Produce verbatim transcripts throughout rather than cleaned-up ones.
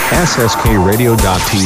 エスエスケー radio.tv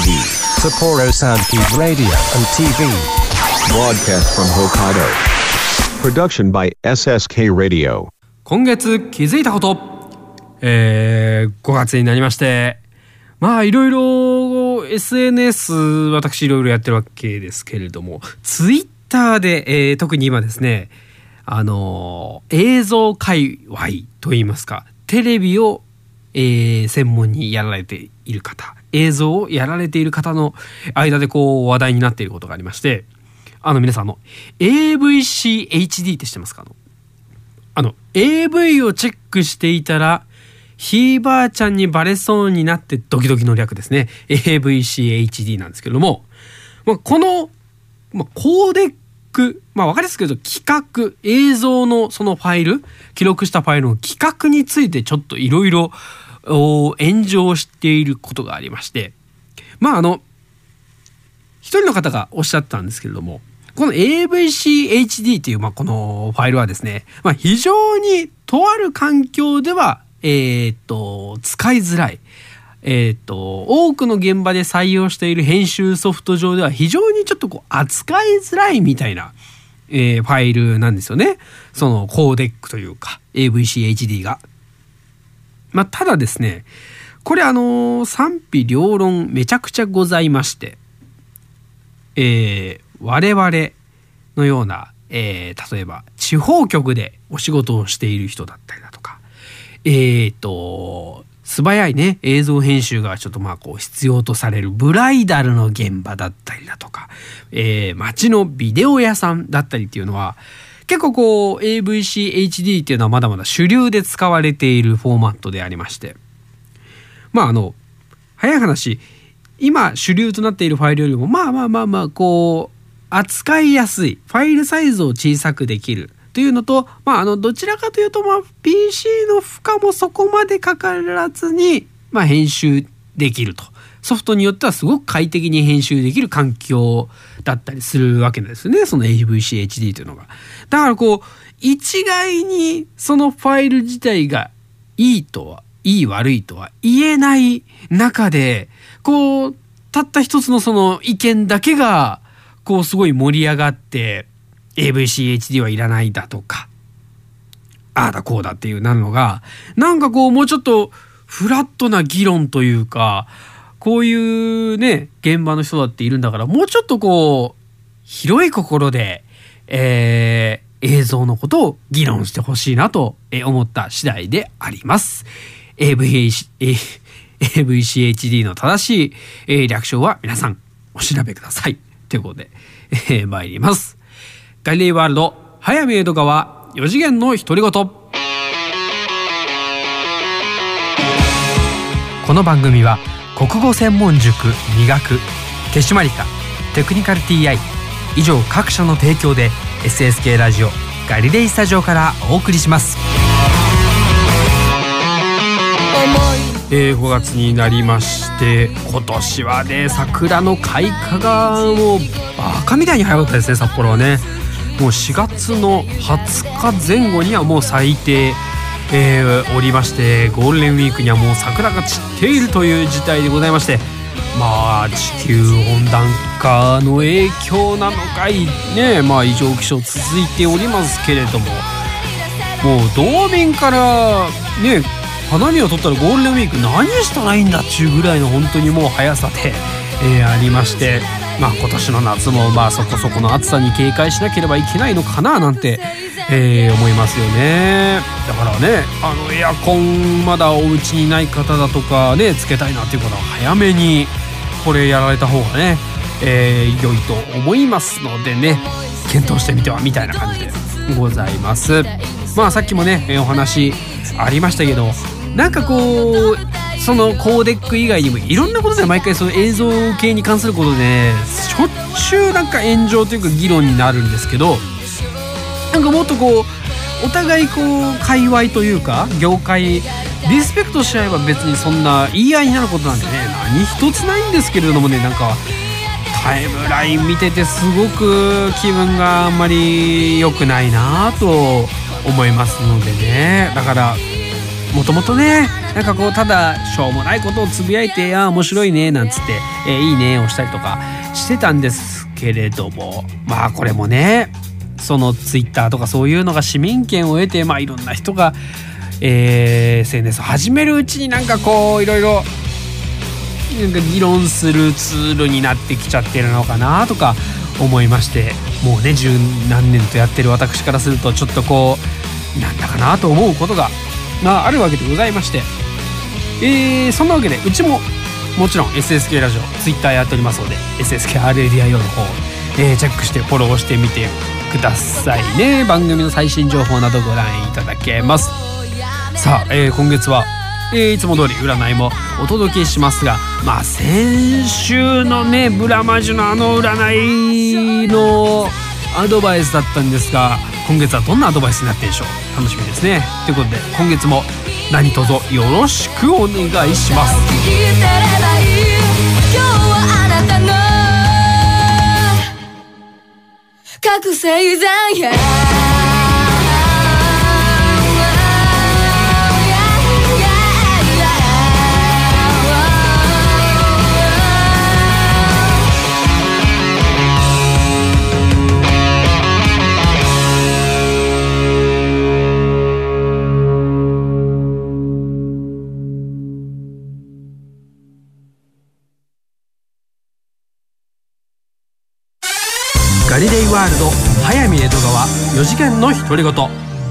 Sapporo Soundkeep Radio and ティーブイ broadcast from Hokkaido production by エスエスケー radio。 今月気づいたこと、えー、ごがつになりまして、まあいろいろ エスエヌエス 私いろいろやってるわけですけれども、ツイッターで、えー、特に今ですね、あのー、映像界隈といいますか、テレビを、えー、専門にやられている方、映像をやられている方の間でこう話題になっていることがありまして、あの皆さんの エーブイシーエイチディー って知ってますか？あの、あの エーブイ をチェックしていたらひいばあちゃんにバレそうになってドキドキの略ですね。 エーブイシーエイチディー なんですけれども、まあ、この、まあ、コーデック、まあ、分かりやすく言うと企画、映像のそのファイル、記録したファイルの企画についてちょっといろいろ炎上していることがありまして、まああの一人の方がおっしゃったんですけれども、この エーブイシーエイチディー という、まあ、このファイルはですね、まあ、非常にとある環境ではえー、っと使いづらい、えー、っと多くの現場で採用している編集ソフト上では非常にちょっとこう扱いづらいみたいな、えー、ファイルなんですよね。そのコーデックというか エーブイシーエイチディー が。まあ、ただですね、これあの賛否両論めちゃくちゃございまして、えー、我々のような、えー、例えば地方局でお仕事をしている人だったりだとか、えーと素早いね映像編集がちょっとまあこう必要とされるブライダルの現場だったりだとか、えー、街のビデオ屋さんだったりっていうのは結構こう エーブイシーエイチディー っていうのはまだまだ主流で使われているフォーマットでありまして、まああの早い話、今主流となっているファイルよりもまあまあまあまあこう扱いやすい、ファイルサイズを小さくできるというのと、まああのどちらかというとまあ ピーシー の負荷もそこまでかからずにまあ編集できると、ソフトによってはすごく快適に編集できる環境だったりするわけですね、その エーブイシーエイチディー というのが。だからこう一概にそのファイル自体がいいとはいい悪いとは言えない中で、こうたった一つのその意見だけがこうすごい盛り上がって エーブイシーエイチディー はいらないだとか、ああだこうだっていうなるのが、なんかこうもうちょっとフラットな議論というか、こういうね現場の人だっているんだから、もうちょっとこう広い心で、えー、映像のことを議論してほしいなと思った次第であります。 エーブイシー エーブイシーエイチディー の正しい、えー、略称は皆さんお調べくださいということで、えー、参ります。ガリレイワールド早見江戸川よ次元の独り言。この番組は国語専門塾磨く、手締まりか、テクニカル ティーアイ 以上各社の提供で エスエスケー ラジオガリレイスタジオからお送りします。えー、ごがつになりまして、今年はね桜の開花がもうバカみたいに早かったですね。札幌はねもうしがつのはつかぜん後にはもう咲いて、えー、おりまして、ゴールデンウィークにはもう桜が散っているという事態でございまして、まあ地球温暖化の影響なのかいね、まあ異常気象続いておりますけれども、もう道民からね花見を取ったらゴールデンウィーク何したらいいんだっていうぐらいの本当にもう速さで、えー、ありまして、まあ今年の夏もまあそこそこの暑さに警戒しなければいけないのかななんて、えー、思いますよね。だからね、あのエアコンまだお家にない方だとかね、つけたいなっていう方は早めにこれやられた方がね、えー、良いと思いますのでね、検討してみてはみたいな感じでございます。まあさっきもねお話ありましたけど、なんかこうそのコーデック以外にもいろんなことで毎回その映像系に関することでね、しょっちゅうなんか炎上というか議論になるんですけど、なんかもっとこうお互いこう界隈というか業界リスペクトし合えば別にそんな言い合いになることなんてね何一つないんですけれどもね、なんかタイムライン見ててすごく気分があんまり良くないなと思いますのでね。だからもともとね、 なんかこうただしょうもないことをつぶやいて、あ面白いねなんつって、えー、いいねをしたりとかしてたんですけれども、まあこれもねそのツイッターとかそういうのが市民権を得て、まあいろんな人が、えー、エスエヌエス を始めるうちになんかこういろいろなんか議論するツールになってきちゃってるのかなとか思いまして、もうね十何年とやってる私からするとちょっとこうなんだかなと思うことが、まあ、あるわけでございまして、えー、そんなわけでうちももちろん エスエスケー ラジオツイッターやっておりますので エスエスケーアールエーディーアイオー の方、えー、チェックしてフォローしてみてくださいね。番組の最新情報などご覧いただけます。さあ、えー、今月は、えー、いつも通り占いもお届けしますが、まあ先週のねブラマジュのあの占いのアドバイスだったんですが、今月はどんなアドバイスになっているでしょう。楽しみですね。ということで今月も何卒よろしくお願いします。 今日はあなたの覚醒剤やガリレイワールド早見江戸川よ次元の独り言。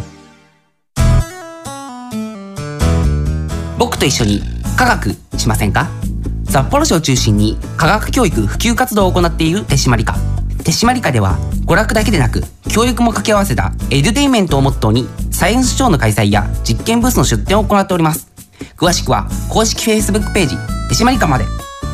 僕と一緒に科学しませんか？札幌市を中心に科学教育普及活動を行っている手締まり課。手締まり課では娯楽だけでなく教育も掛け合わせたエデュテインメントをモットーにサイエンスショーの開催や実験ブースの出展を行っております。詳しくは公式 Facebook ページ手締まり課まで。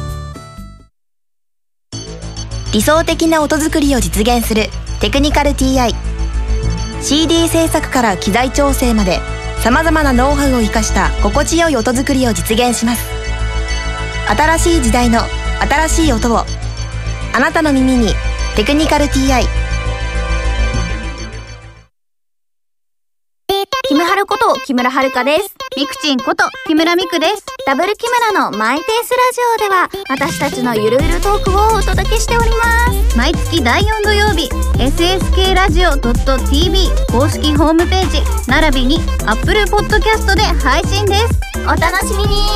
理想的な音作りを実現するテクニカル ティーアイ。 シーディー 制作から機材調整までさまざまなノウハウを生かした心地よい音作りを実現します。新しい時代の新しい音をあなたの耳に。テクニカル ティーアイ。 キムハルこと木村遥です。ミクチンこと木村ミクです。ダブル木村のマイペースラジオでは私たちのゆるゆるトークをお届けしております。毎月だいよん土曜日 エスエスケー ラジオ ドット ティービー 公式ホームページ並びに Apple Podcast で配信です。お楽しみに。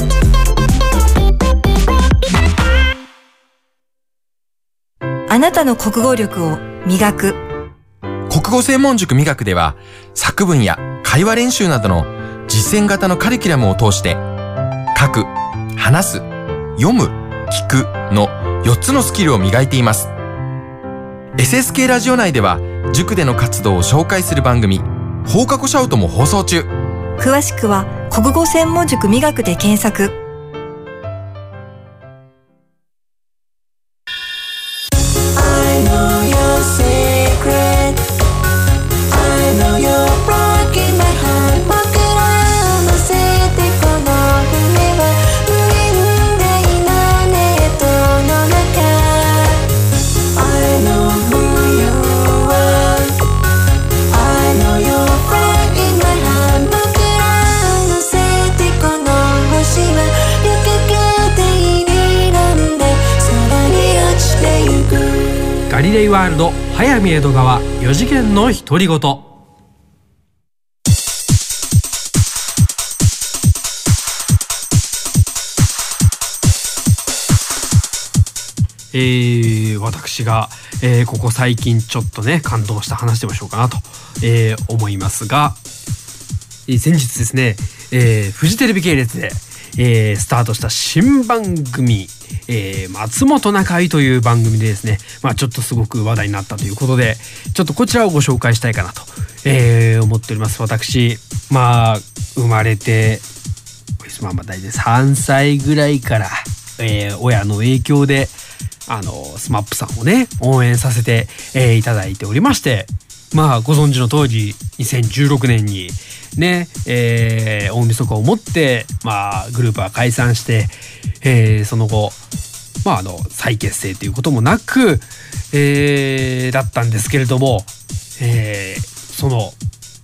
あなたの国語力を磨く国語専門塾磨くでは作文や会話練習などの実践型のカリキュラムを通して書く、話す、読む、聞くのよっつのスキルを磨いています。 エスエスケー ラジオ内では塾での活動を紹介する番組放課後シャウトも放送中。 詳しくは国語専門塾磨くで検索。 ガリレイワールド早見江戸川よ次元の独り言。えー、私が、えー、ここ最近ちょっとね感動した話でもしようかなと、えー、思いますが、えー、先日ですね、えー、フジテレビ系列で、えー、スタートした新番組、えー、松本中居という番組でですね、まあ、ちょっとすごく話題になったということでちょっとこちらをご紹介したいかなと、えー、思っております。私まあ生まれて、まあ、まあ大体さんさいぐらいから、えー、親の影響であのスマップさんをね応援させて、えー、いただいておりまして、まあご存知の通りにせんじゅうろくねんにね、えー、大晦日をもって、まあ、グループは解散して、えー、その後、まあ、あの再結成ということもなく、えー、だったんですけれども、えー、その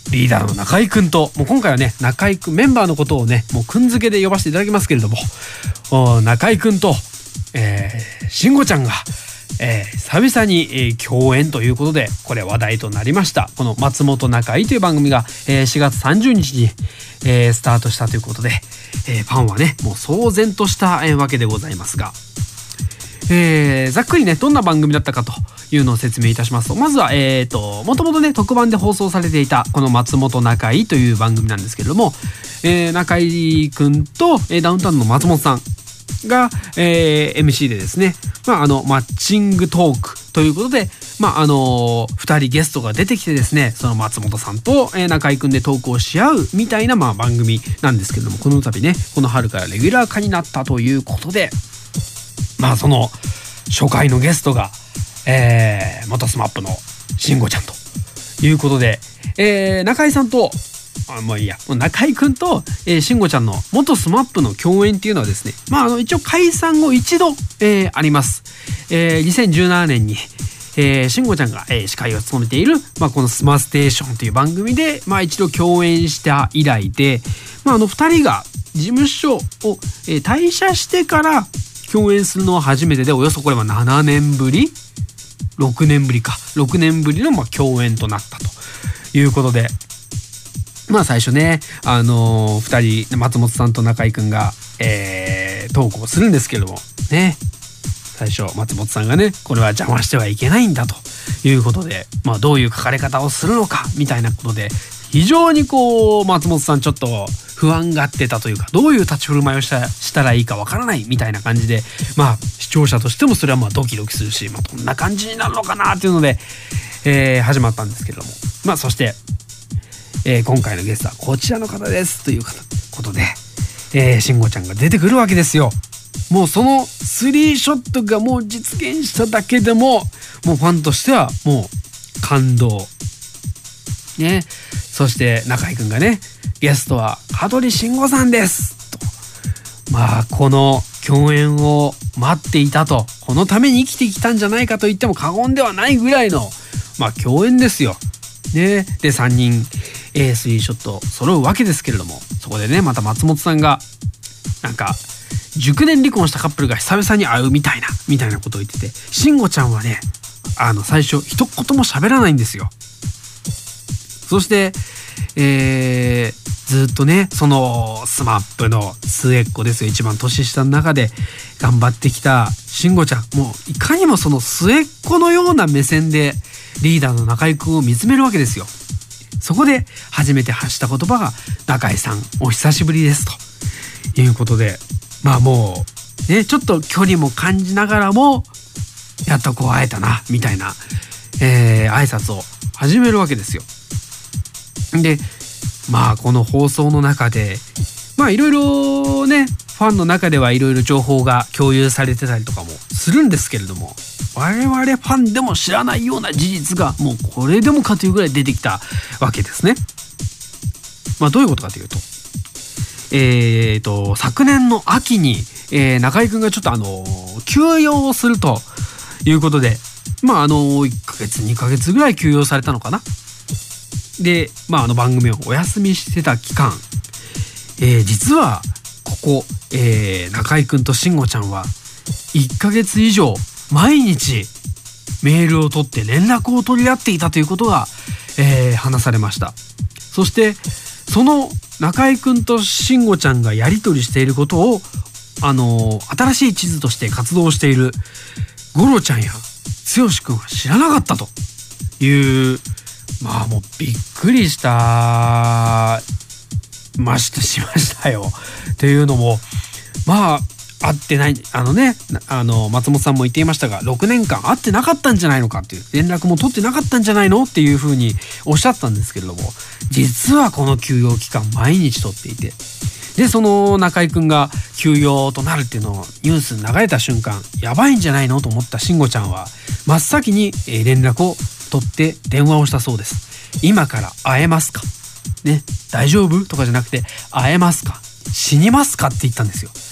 リーダーの中井くんと、もう今回はね中井くんメンバーのことをねもうくん付けで呼ばせていただきますけれども、中井くんと、えー、慎吾ちゃんが、えー、久々に、えー、共演ということで、これ話題となりました。この松本中井という番組が、えー、しがつさんじゅうにちに、えー、スタートしたということで、えー、ファンはねもう騒然とした、えー、わけでございますが、えー、ざっくりねどんな番組だったかというのを説明いたしますと、まずはえーともともとね特番で放送されていたこの松本中井という番組なんですけれども、えー、中井くんと、えー、ダウンタウンの松本さんが、えー、エムシー でですね、まあ、あのマッチングトークということで、まああのー、ふたりゲストが出てきてですね、その松本さんと、えー、中井くんでトークをし合うみたいな、まあ、番組なんですけれども、この度ねこの春からレギュラー化になったということで、まあその初回のゲストが、えー、元スマップの慎吾ちゃんということで、えー、中井さんとあもういいや中井くんと、えー、慎吾ちゃんの元スマップの共演っていうのはですね、まあ、あの一応解散後一度、えー、あります。えー、にせんじゅうななねんにえー、慎吾ちゃんが、えー、司会を務めている、まあ、このスマステーションという番組で、まあ、一度共演した以来で、まあ、あのふたりが事務所を、えー、退社してから共演するのは初めてで、およそこれはななねんぶりろくねんぶりかろくねんぶりのまあ共演となったということで、まあ最初ねあのー、ふたり松本さんと中井くんが、えー、トークをするんですけれどもね、最初松本さんがねこれは邪魔してはいけないんだということで、まあどういう書かれ方をするのかみたいなことで、非常にこう松本さんちょっと不安がってたというか、どういう立ち振る舞いをしたしたらいいかわからないみたいな感じで、まあ視聴者としてもそれはまあドキドキするし、まあ、どんな感じになるのかなっていうので、えー、始まったんですけれども、まあそして、えー、今回のゲストはこちらの方ですということで、えー、慎吾ちゃんが出てくるわけですよ。もうそのスリーショットがもう実現しただけでももうファンとしてはもう感動ね。そして中井くんがね、ゲストは香取慎吾さんですと、まあこの共演を待っていたと、このために生きてきたんじゃないかと言っても過言ではないぐらいのまあ共演ですよね。でさんにん、えー、スリーショット揃うわけですけれども、そこでねまた松本さんがなんか熟年離婚したカップルが久々に会うみたいなみたいなことを言ってて、慎吾ちゃんはねあの最初一言も喋らないんですよ。そして、えー、ずっとねそのスマップの末っ子ですよ、一番年下の中で頑張ってきた慎吾ちゃん、もういかにもその末っ子のような目線でリーダーの中井くんを見つめるわけですよ。そこで初めて発した言葉が中井さんお久しぶりですということで、まあもうねちょっと距離も感じながらもやっとこう会えたなみたいな、えー、挨拶を始めるわけですよ。でまあこの放送の中でまあいろいろねファンの中ではいろいろ情報が共有されてたりとかもするんですけれども、我々ファンでも知らないような事実がもうこれでもかというぐらい出てきたわけですね。まあどういうことかというと、えーと昨年の秋に、えー、中井くんがちょっとあの休養をするということで、まああのいっかげつにかげつぐらい休養されたのかな。でまああの番組をお休みしてた期間、えー、実はここ、えー、中井くんと慎吾ちゃんはいっかげつ以上毎日メールを取って連絡を取り合っていたということが、えー、話されました。そしてその中井くんと慎吾ちゃんがやり取りしていることをあのー、新しい地図として活動しているゴロちゃんや剛くんは知らなかったという、まあもうびっくりしたましてしましたよ。というのもまあ会ってないあのねあの松本さんも言っていましたが、ろくねんかん会ってなかったんじゃないのかっていう、連絡も取ってなかったんじゃないのっていうふうにおっしゃったんですけれども、実はこの休養期間毎日取っていて、でその中井くんが休養となるっていうのをニュースに流れた瞬間、やばいんじゃないのと思った慎吾ちゃんは真っ先に連絡を取って電話をしたそうです。今から会えますかね、大丈夫とかじゃなくて会えますか、死にますかって言ったんですよ。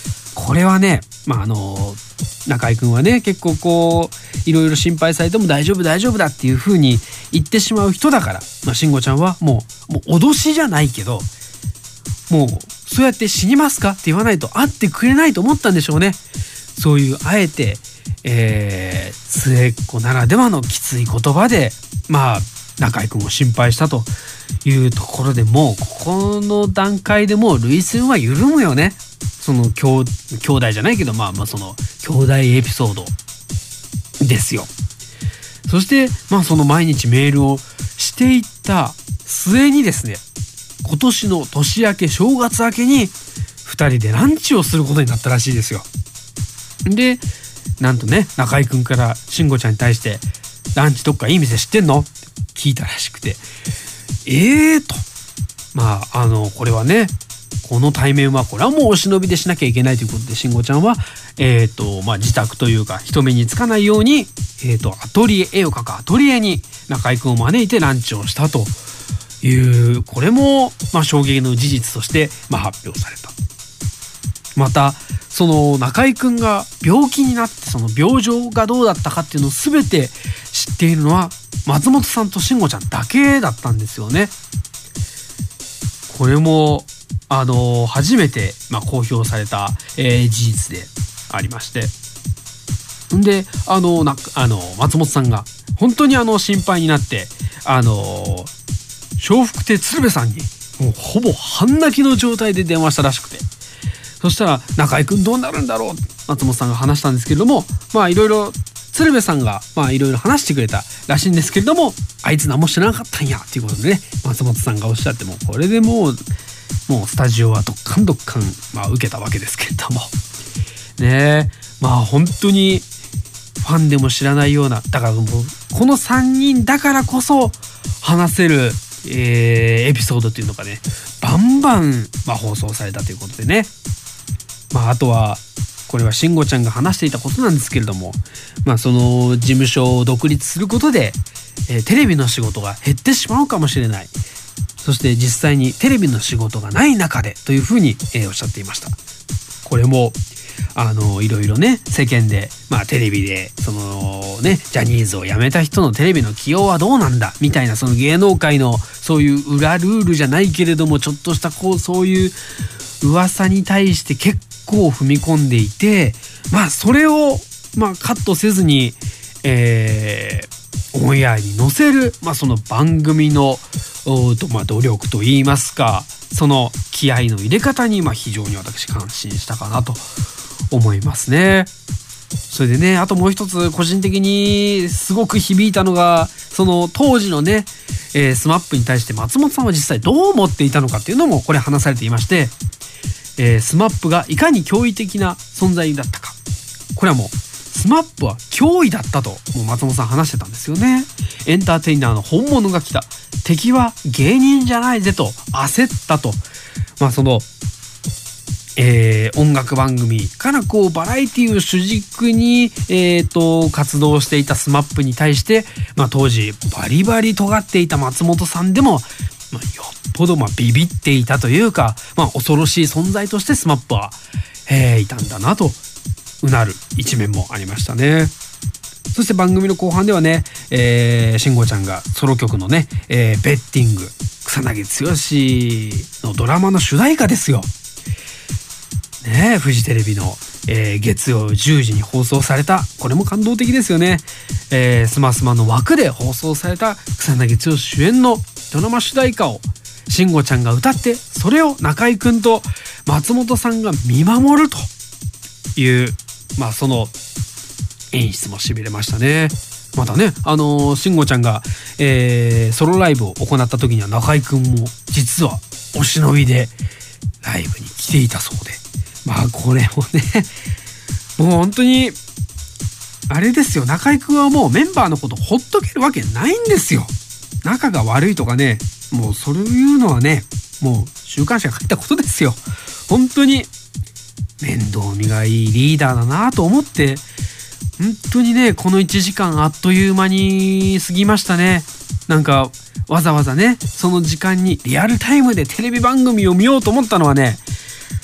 これはね、まああの中居君はね結構こういろいろ心配されても大丈夫大丈夫だっていう風に言ってしまう人だから、まあ、慎吾ちゃんはもう、もう脅しじゃないけど、もうそうやって死にますかって言わないと会ってくれないと思ったんでしょうね。そういうあえて、えー、末っ子ならではのきつい言葉でまあ中居君を心配したというところで、もうここの段階でもう涙腺は緩むよね。その兄兄弟じゃないけど、まあまあその兄弟エピソードですよ。そしてまあその毎日メールをしていった末にですね、今年の年明け正月明けにふたりでランチをすることになったらしいですよ。でなんとね、中居君から慎吾ちゃんに対してランチどっかいい店知ってんのって聞いたらしくて、えーとまああのこれはね、この対面はこれはもうお忍びでしなきゃいけないということで、慎吾ちゃんは、えーとまあ、自宅というか人目につかないように、えーとアトリエ、絵を描くアトリエに中居君を招いてランチをしたという、これも、まあ、衝撃の事実として、まあ、発表された。またその中居君が病気になって、その病状がどうだったかっていうのを全て知っているのは松本さんと慎吾ちゃんだけだったんですよね。これもあの初めて、まあ、公表された、えー、事実でありまして、んであのなあの松本さんが本当にあの心配になって、あの笑福亭鶴瓶さんにもうほぼ半泣きの状態で電話したらしくて、そしたら中居君どうなるんだろう松本さんが話したんですけれども、まあいろいろ鶴瓶さんがまあいろいろ話してくれたらしいんですけれども、あいつ何も知らなかったんやっていうことでね、松本さんがおっしゃって、もこれでもうもうスタジオはどっかんどっかん、まあ、受けたわけですけれどもね。えまあ本当にファンでも知らないような、だからもうこのさんにんだからこそ話せる、えー、エピソードっていうのがねバンバン、まあ、放送されたということでね、まあ、あとはこれは慎吾ちゃんが話していたことなんですけれども、まあ、その事務所を独立することで、えー、テレビの仕事が減ってしまうかもしれない、そして実際にテレビの仕事がない中でというふうに、えー、おっしゃっていました。これもあのいろいろね世間で、まあ、テレビでそのねジャニーズを辞めた人のテレビの起用はどうなんだみたいな、その芸能界のそういう裏ルールじゃないけれどもちょっとしたこうそういう噂に対して結構踏み込んでいて、まあそれをまあカットせずに、えー、オンエアに載せる、まあ、その番組のと、まあ、努力といいますか、その気合の入れ方にまあ非常に私感心したかなと思いますね。それでね、あともう一つ個人的にすごく響いたのが、その当時のね、えー、スマップに対して松本さんは実際どう思っていたのかっていうのもこれ話されていまして、えー、スマップがいかに驚異的な存在だったか、これはもうスマップは脅威だったともう松本さん話してたんですよね。エンターテイナーの本物が来た、敵は芸人じゃないぜと焦ったと、まあそのえー、音楽番組からこうバラエティを主軸に、えー、と活動していたスマップに対して、まあ、当時バリバリ尖っていた松本さんでも、まあ、よっぽどまあビビっていたというか、まあ、恐ろしい存在としてスマップは、えー、いたんだなとうなる一面もありましたね。そして番組の後半ではね、えー、慎吾ちゃんがソロ曲のね、えー、ベッティング、草薙剛のドラマの主題歌ですよ。ね、フジテレビの、えー、月曜じゅうじに放送された、これも感動的ですよね。えー、スマスマの枠で放送された草薙剛主演のドラマ主題歌を慎吾ちゃんが歌って、それを中居くんと松本さんが見守るという、まあその演出もしびれましたね。またね、あのー、慎吾ちゃんが、えー、ソロライブを行った時には中居くんも実はお忍びでライブに来ていたそうで、まあこれもねもう本当にあれですよ、中居くんはもうメンバーのことほっとけるわけないんですよ。仲が悪いとかね、もうそういうのはね、もう週刊誌が書いたことですよ。本当に面倒見がいいリーダーだなと思って、本当にねこのいちじかんあっという間に過ぎましたね。なんかわざわざねその時間にリアルタイムでテレビ番組を見ようと思ったのはね、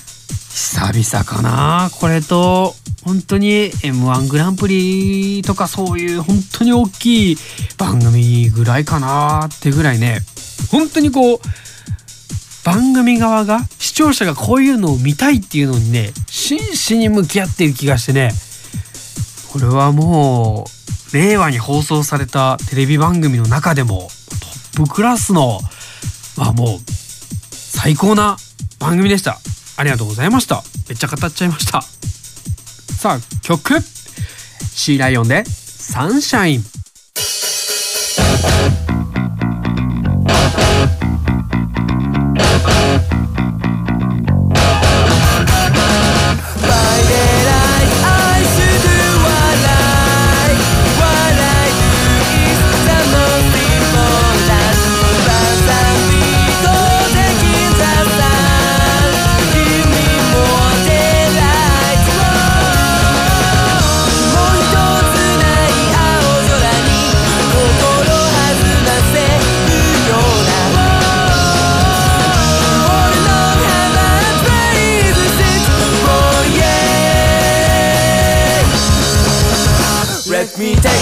久々かなこれと。本当に エムワン グランプリとかそういう本当に大きい番組ぐらいかなってぐらいね、本当にこう番組側が視聴者がこういうのを見たいっていうのにね真摯に向き合っている気がしてね、これはもう令和に放送されたテレビ番組の中でもトップクラスのまあもう最高な番組でした。ありがとうございました。めっちゃ語っちゃいました。さあ曲 シー ライオンでサンシャイン。 Let me take baby sunrise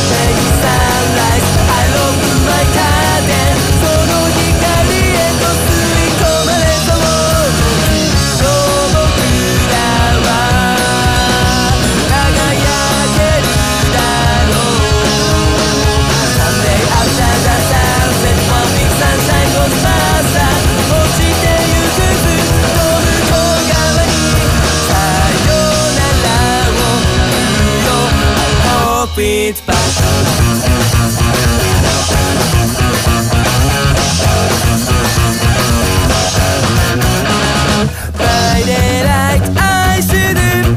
I love my garden その光へと吸い込まれそう今日僕らは輝けるだろう Someday after the sunset One big sunshine goes faster 落ちてゆくずっと向こう側にさよならを言うよIt's back. By daylight, I should do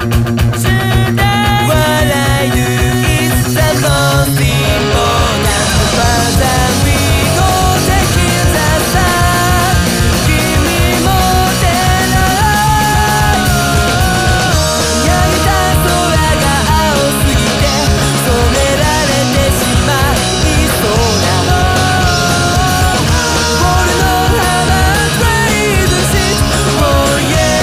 what I do. It's the most important. But then we go taking the sun. Give me more than I. 焼いた空が青すぎて染められてしまいそうな Hold on, have a crazy shit Oh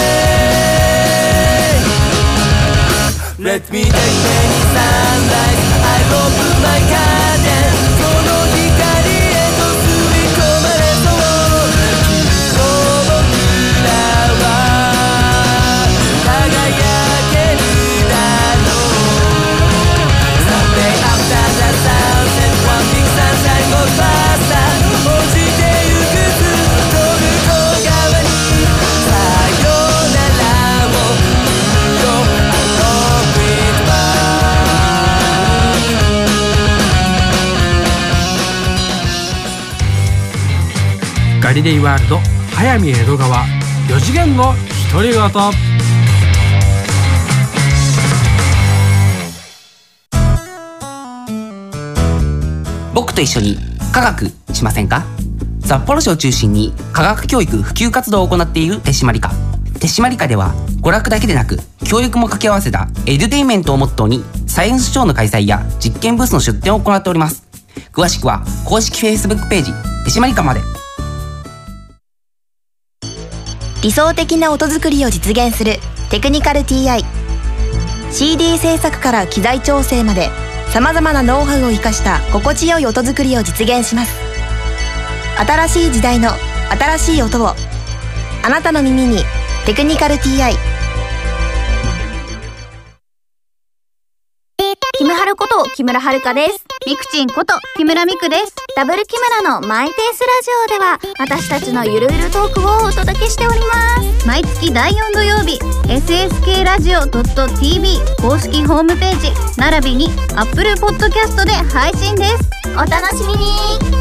yeah Let me take many sunlight I love my garden その光へと吸い込まれそうきっと僕らは輝けるだろうSomeday after the sunset One big sunshine goes faster 落ちてゆくずっと向こう側にさよならを言うよ I love it back ガリレイワールド早見江戸川よ次元の独り言。 僕と一緒に科学しませんか？札幌市を中心に科学教育普及活動を行っている手締まり課。手締まり課では娯楽だけでなく教育も掛け合わせたエデュテインメントをモットーにサイエンスショーの開催や実験ブースの出展を行っております。詳しくは公式 Facebook ページ手締まり課まで。 理想的な音作りを実現するテクニカル ティーアイ。 シーディー 制作から機材調整までさまざまなノウハウを生かした心地よい音作りを実現します。新しい時代の新しい音をあなたの耳にテクニカル ティーアイ。 キムハルこと木村遥です。ミクチンこと木村ミクです。ダブル木村のマイペースラジオでは私たちのゆるゆるトークをお届けしております。毎月だいよん土曜日 エスエスケー ラジオ ドット ティービー 公式ホームページ並びに Apple Podcast で配信です。お楽しみに。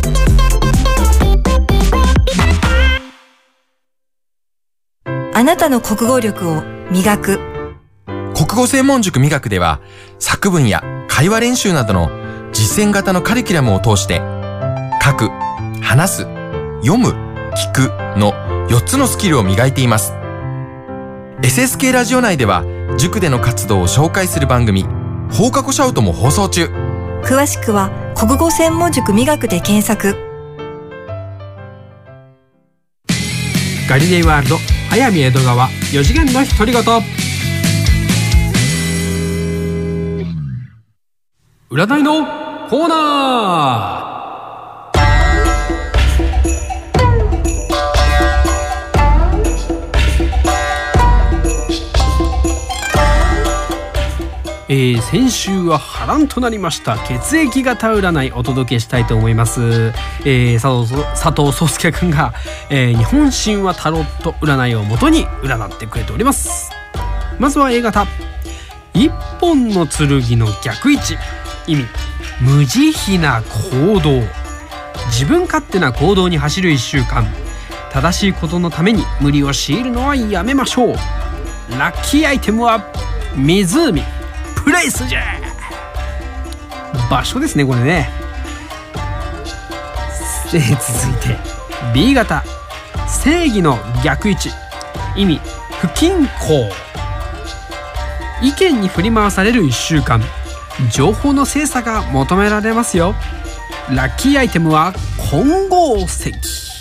あなたの国語力を磨く国語専門塾磨くでは作文や会話練習などの実践型のカリキュラムを通して書く、話す、読む、聞くのよっつのスキルを磨いています。 エスエスケー ラジオ内では塾での活動を紹介する番組放課後シャウトも放送中。 詳しくは国語専門塾磨くで検索。 ガリレイワールド早見江戸川よ次元の独り言。占いのコーナー。えー、先週は波乱となりました血液型占いお届けしたいと思います。えー、佐藤佐藤壮介くんが、えー、日本神話タロット占いをもとに占ってくれております。まずは A 型、一本の剣の逆位置。意味、無慈悲な行動。自分勝手な行動に走るいっしゅうかん。正しいことのために無理を強いるのはやめましょう。ラッキーアイテムは湖、プレイスじゃ。場所ですねこれね。えー、続いて B 型、正義の逆位置。意味、不均衡。意見に振り回されるいっしゅうかん。情報の精査が求められますよ。ラッキーアイテムは混合石。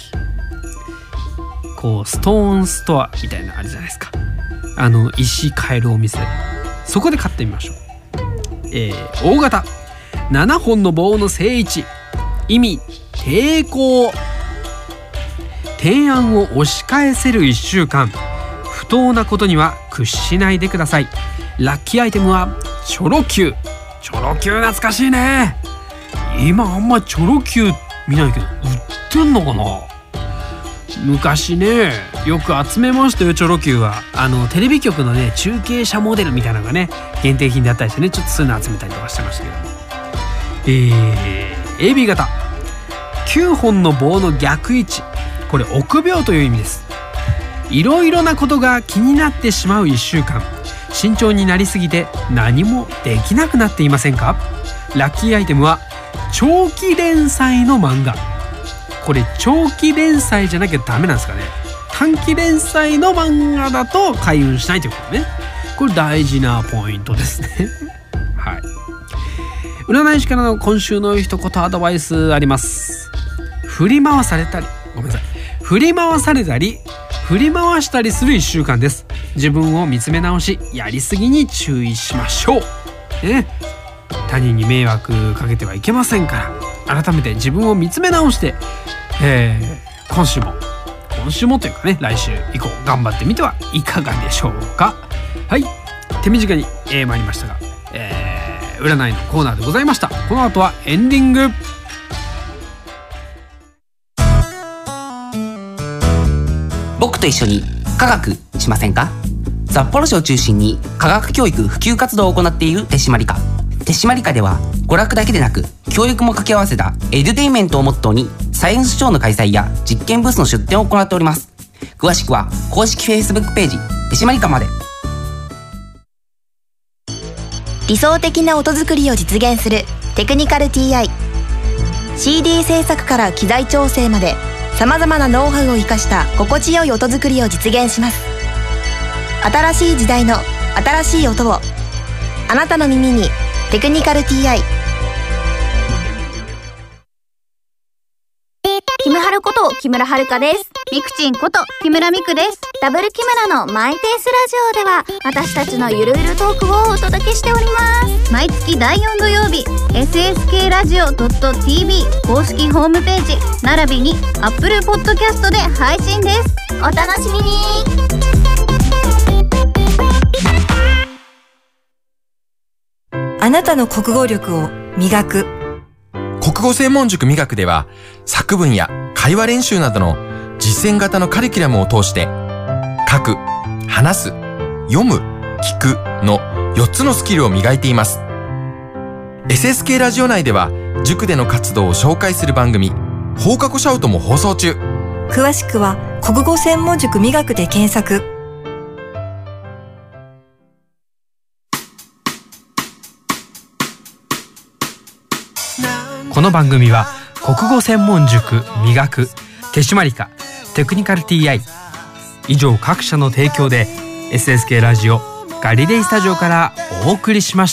こうストーンストアみたいなあれじゃないですか。あの石買えるお店、そこで買ってみましょう。えー、大型、ななほんの棒の正位置。意味、抵抗。提案を押し返せるいっしゅうかん。不当なことには屈しないでください。ラッキーアイテムはチョロ Q。 チョロ Q 懐かしいね。今あんまチョロ Q 見ないけど売ってんのかな。昔ねよく集めましたよチョロ Q は。あのテレビ局のね中継車モデルみたいなのがね限定品であったりしてね、ちょっとそういうの集めたりとかしてましたけども、えー、エービー 型、きゅうほんの棒の逆位置。これ臆病という意味です。いろいろなことが気になってしまういっしゅうかん。慎重になりすぎて何もできなくなっていませんか。ラッキーアイテムは長期連載の漫画。これ長期連載じゃなきゃダメなんですかね。短期連載の漫画だと開運しないということね。これ大事なポイントですねはい。占い師からの今週の一言アドバイスあります。振り回されたりごめんなさい振り回されたり振り回したりするいっしゅうかんです。自分を見つめ直し、やりすぎに注意しましょう、ね、他人に迷惑かけてはいけませんから、改めて自分を見つめ直して、えー、今週も今週もというかね来週以降頑張ってみてはいかがでしょうか。はい、手短に、えー、参りましたが、えー、占いのコーナーでございました。この後はエンディング。 僕と一緒に科学しませんか。札幌市を中心に科学教育普及活動を行っている手締まり課。手締まり課では娯楽だけでなく教育も掛け合わせたエデュテインメントをモットーにサイエンスショーの開催や実験ブースの出展を行っております。詳しくは公式 Facebook ページ手締まり課まで。 理想的な音作りを実現するテクニカル ティーアイ。 シーディー 制作から機材調整までさまざまなノウハウを生かした心地よい音作りを実現します。新しい時代の新しい音をあなたの耳に。テクニカル ティーアイ。 キムハルこと木村遥です。ミクチンこと木村ミクです。ダブル木村のマイペースラジオでは私たちのゆるゆるトークをお届けしております。毎月だいよん土曜日 エスエスケーラジオ ドットティービー 公式ホームページ並びに Apple Podcast で配信です。お楽しみに。 あなたの国語力を磨く国語専門塾磨くでは作文や会話練習などの実践型のカリキュラムを通して書く、話す、読む、聞くのよっつのスキルを磨いています。 エスエスケー ラジオ内では塾での活動を紹介する番組放課後シャウトも放送中。 詳しくは国語専門塾磨くで検索。 この番組は国語専門塾磨く、手締まり課、テクニカル ティーアイ 以上各社の提供で エスエスケー ラジオガリレイスタジオからお送りしました。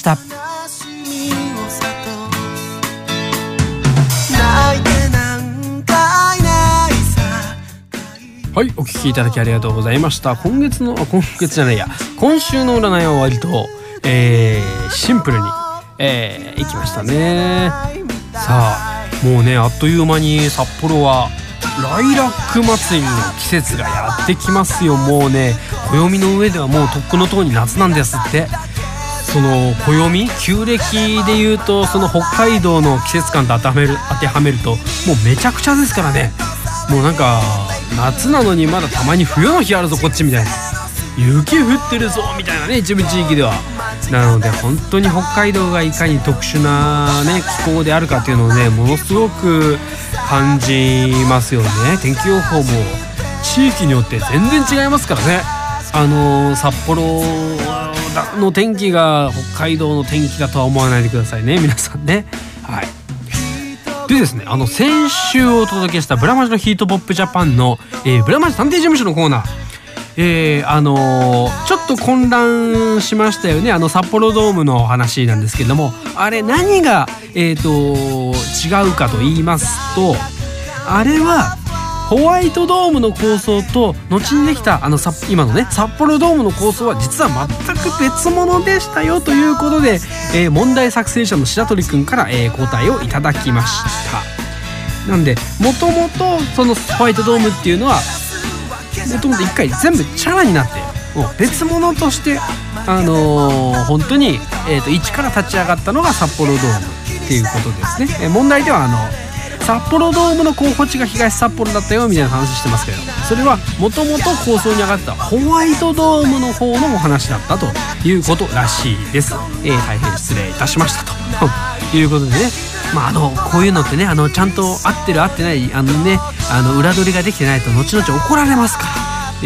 はい、お聞きいただきありがとうございました。今月のあ今月じゃないや今週の占いは割と、えー、シンプルに、えー、いきましたね。さあもうねあっという間に札幌はライラック祭りの季節がやってきますよ。もうね暦の上ではもうとっくのとおり夏なんですって。その暦旧暦でいうとその北海道の季節感と当てはめる、当てはめるともうめちゃくちゃですからね。もうなんか夏なのにまだたまに冬の日あるぞこっちみたいな、雪降ってるぞみたいなね一部地域では。なので本当に北海道がいかに特殊なね気候であるかっていうのをねものすごく感じますよね。天気予報も地域によって全然違いますからね。あの札幌の天気が北海道の天気だとは思わないでくださいね皆さんね。はい。でですね、あの先週お届けしたブラマジのヒートポップジャパンの、えー、ブラマジ探偵事務所のコーナー、えー、あのー、ちょっと混乱しましたよね。あの札幌ドームの話なんですけれども、あれ何が、えー、と違うかと言いますと、あれはホワイトドームの構想と後にできたあの今のね札幌ドームの構想は実は全く別物でしたよということで、えー、問題作成者の白鳥くんから、えー、答えをいただきました。なんでもともとそのホワイトドームっていうのはもともと一回全部チャラになってもう別物としてあのー、本当に、えー、と一から立ち上がったのが札幌ドームっていうことですね。えー、問題ではあの札幌ドームの候補地が東札幌だったよみたいな話してますけど、それはもともと構想に上がったホワイトドームの方のお話だったということらしいです。えー、大変失礼いたしましたということでね、まあ、あのこういうのってねあのちゃんと合ってる合ってないあのねあの裏取りができてないと後々怒られますから、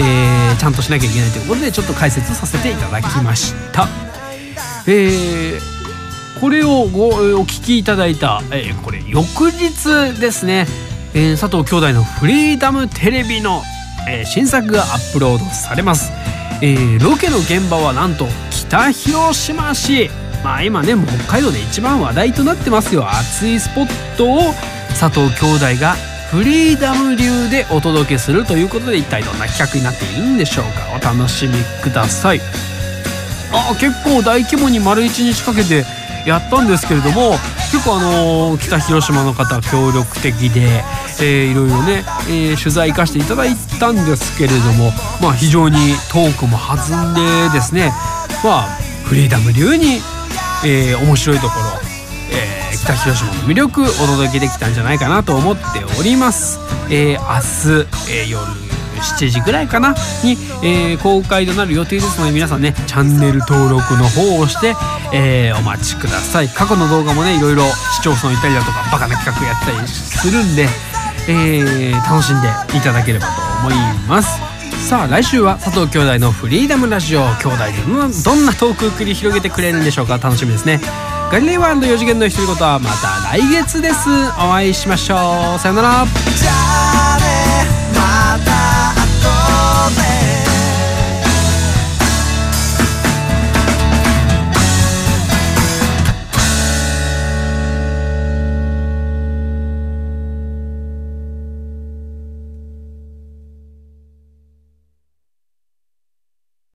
えー、ちゃんとしなきゃいけないということでちょっと解説させていただきました。えーこれをごお聞きいただいた、えー、これ翌日ですね、えー、佐藤兄弟のフリーダムテレビの、えー、新作がアップロードされます。えー、ロケの現場はなんと北広島市、まあ今ねもう北海道で一番話題となってますよ熱いスポットを佐藤兄弟がフリーダム流でお届けするということで、一体どんな企画になっているんでしょうか。お楽しみください。あ結構大規模に丸一日かけてやったんですけれども、結構あのー、北広島の方協力的で、えー、いろいろね、えー、取材行かせていただいたんですけれども、まあ非常にトークも弾んでですね、まあフリーダム流に、えー、面白いところ、えー、北広島の魅力お届けできたんじゃないかなと思っております。えー、明日、えー、夜しちじぐらいかなに、えー、公開となる予定ですので、皆さんねチャンネル登録の方をして、えー、お待ちください。過去の動画もねいろいろ市町村行ったりだとかバカな企画やったりするんで、えー、楽しんでいただければと思います。さあ来週は佐藤兄弟のフリーダムラジオ、兄弟でどんなトークを繰り広げてくれるんでしょうか。楽しみですね。ガリレイワンドよ次元の独り言はまた来月です。お会いしましょう。さよなら。